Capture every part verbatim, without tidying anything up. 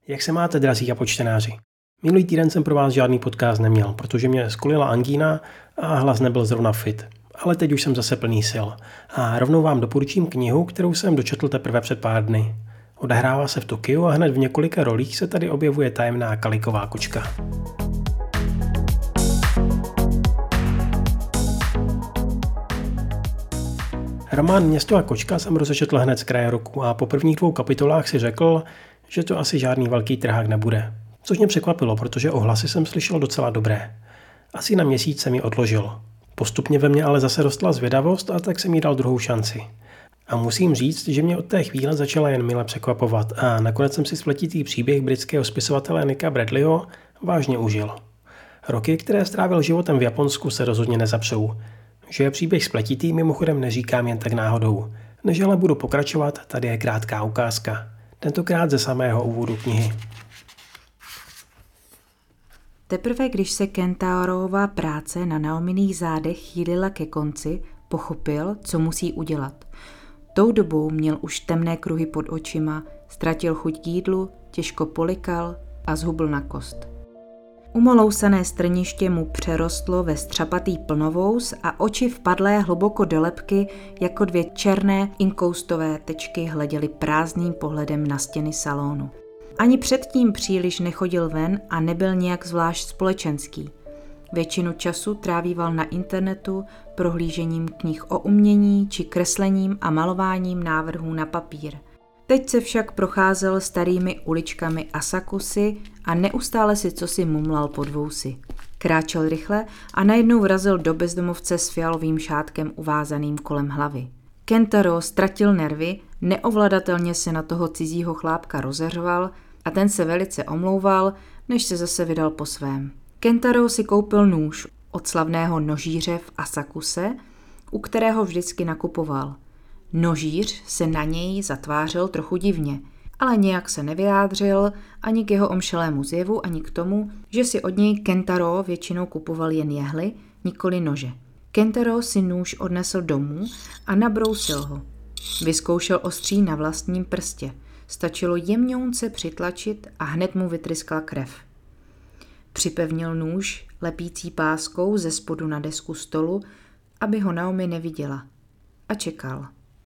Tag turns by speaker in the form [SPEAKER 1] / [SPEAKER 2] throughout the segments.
[SPEAKER 1] Jak se máte, drazí japočtenáři? Minulý týden jsem pro vás žádný podcast neměl, protože mě skolila angína a hlas nebyl zrovna fit. Ale teď už jsem zase plný sil. A rovnou vám doporučím knihu, kterou jsem dočetl teprve před pár dny. Odehrává se v Tokiu a hned v několika rolích se tady objevuje tajemná kaliková kočka. Román Město a kočka jsem rozečetl hned z kraje roku a po prvních dvou kapitolách si řekl, že to asi žádný velký trhák nebude. Což mě překvapilo, protože ohlasy jsem slyšel docela dobré. Asi na měsíc jsem ji odložil. Postupně ve mně ale zase rostla zvědavost a tak jsem jí dal druhou šanci. A musím říct, že mě od té chvíle začala jen mile překvapovat a nakonec jsem si spletitý příběh britského spisovatele Nicka Bradleyho vážně užil. Roky, které strávil životem v Japonsku, se rozhodně nezapřou. Že je příběh spletitý, mimochodem neříkám jen tak náhodou. Než ale budu pokračovat, tady je krátká ukázka. Tentokrát ze samého úvodu knihy.
[SPEAKER 2] Teprve když se Kentaroova práce na Naominých zádech chýlila ke konci, pochopil, co musí udělat. Tou dobou měl už temné kruhy pod očima, ztratil chuť k jídlu, těžko polikal a zhubl na kost. Umolousané strniště mu přerostlo ve střapatý plnovous a oči vpadlé hluboko do lebky jako dvě černé inkoustové tečky hleděly prázdným pohledem na stěny salonu. Ani předtím příliš nechodil ven a nebyl nějak zvlášť společenský. Většinu času trávíval na internetu prohlížením knih o umění či kreslením a malováním návrhů na papír. Teď se však procházel starými uličkami Asakusy a neustále si cosi mumlal pod vousy. Kráčel rychle a najednou vrazil do bezdomovce s fialovým šátkem uvázaným kolem hlavy. Kentaro ztratil nervy, neovladatelně se na toho cizího chlápka rozeřval a ten se velice omlouval, než se zase vydal po svém. Kentaro si koupil nůž od slavného nožíře v Asakuse, u kterého vždycky nakupoval. Nožíř se na něj zatvářel trochu divně, ale nějak se nevyjádřil ani k jeho omšelému zjevu, ani k tomu, že si od něj Kentaro většinou kupoval jen jehly, nikoli nože. Kentaro si nůž odnesl domů a nabrousil ho. Vyzkoušel ostří na vlastním prstě. Stačilo jemňounce přitlačit a hned mu vytryskla krev. Připevnil nůž lepící páskou ze spodu na desku stolu, aby ho Naomi neviděla. A čekal.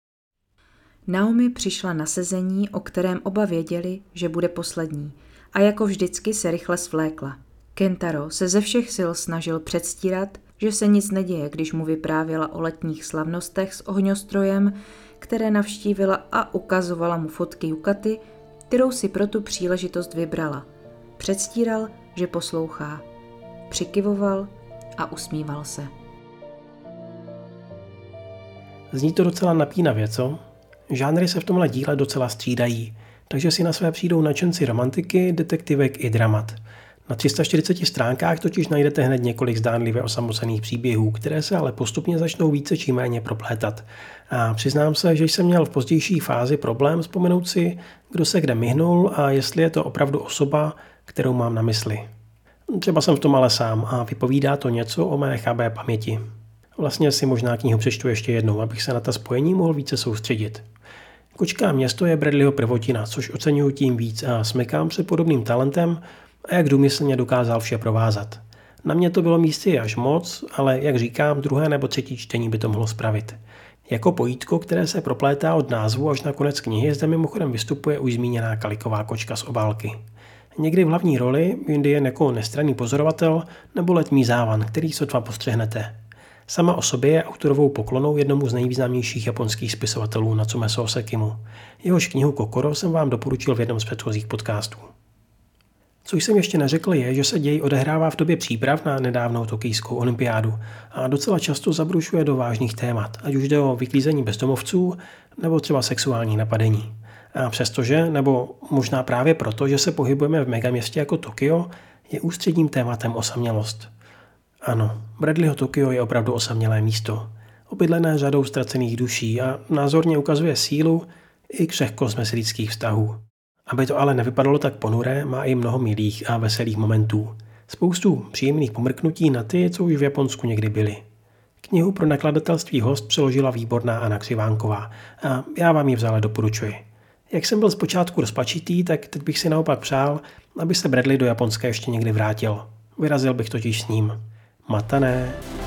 [SPEAKER 2] Naomi přišla na sezení, o kterém oba věděli, že bude poslední, a jako vždycky se rychle svlékla. Kentaro se ze všech sil snažil předstírat, že se nic neděje, když mu vyprávěla o letních slavnostech s ohňostrojem, které navštívila a ukazovala mu fotky Yukaty, kterou si pro tu příležitost vybrala. Předstíral, že poslouchá. Přikyvoval a usmíval se.
[SPEAKER 1] Zní to docela napínavě, co? Žánry se v tomhle díle docela střídají, takže si na své přijdou nadšenci romantiky, detektivek i dramat. Na tři sta čtyřiceti stránkách totiž najdete hned několik zdánlivě osamocených příběhů, které se ale postupně začnou více či méně proplétat. A přiznám se, že jsem měl v pozdější fázi problém vzpomenout si, kdo se kde myhnul a jestli je to opravdu osoba, kterou mám na mysli. Třeba jsem v tom ale sám a vypovídá to něco o mé chabé paměti. Vlastně si možná knihu přečtu ještě jednou, abych se na ta spojení mohl více soustředit. Kočka a město je Bradleyho prvotina, což oceňuji tím víc a smykám před podobným talentem a jak důmyslně dokázal vše provázat. Na mě to bylo místy až moc, ale jak říkám, druhé nebo třetí čtení by to mohlo spravit. Jako pojítko, které se proplétá od názvu až na konec knihy, zde mimochodem vystupuje už zmíněná kaliková kočka z obálky. Někdy v hlavní roli, jindy jen jako nestranný pozorovatel nebo letmý závan, který sotva postřehnete. Sama o sobě je autorovou poklonou jednomu z nejvýznamnějších japonských spisovatelů Natsume Sosekimu. Jehož knihu Kokoro jsem vám doporučil v jednom z předchozích podcastů. Co jsem ještě neřekl je, že se děj odehrává v době příprav na nedávnou tokijskou olympiádu a docela často zabrušuje do vážných témat, ať už jde o vyklízení bezdomovců nebo třeba sexuální napadení. A přestože, nebo možná právě proto, že se pohybujeme v megaměstě jako Tokio, je ústředním tématem osamělost. Ano, Bradleyho Tokio je opravdu osamělé místo, obydlené řadou ztracených duší a názorně ukazuje sílu i křehkost mezilidských vztahů. Aby to ale nevypadalo tak ponuré, má i mnoho milých a veselých momentů. Spoustu příjemných pomrknutí na ty, co už v Japonsku někdy byly. Knihu pro nakladatelství Host přeložila výborná Anna Křivánková a já vám ji vzále doporučuji. Jak jsem byl zpočátku rozpačitý, tak teď bych si naopak přál, aby se Bradley do Japonska ještě někdy vrátil. Vyrazil bych totiž s ním. Matané.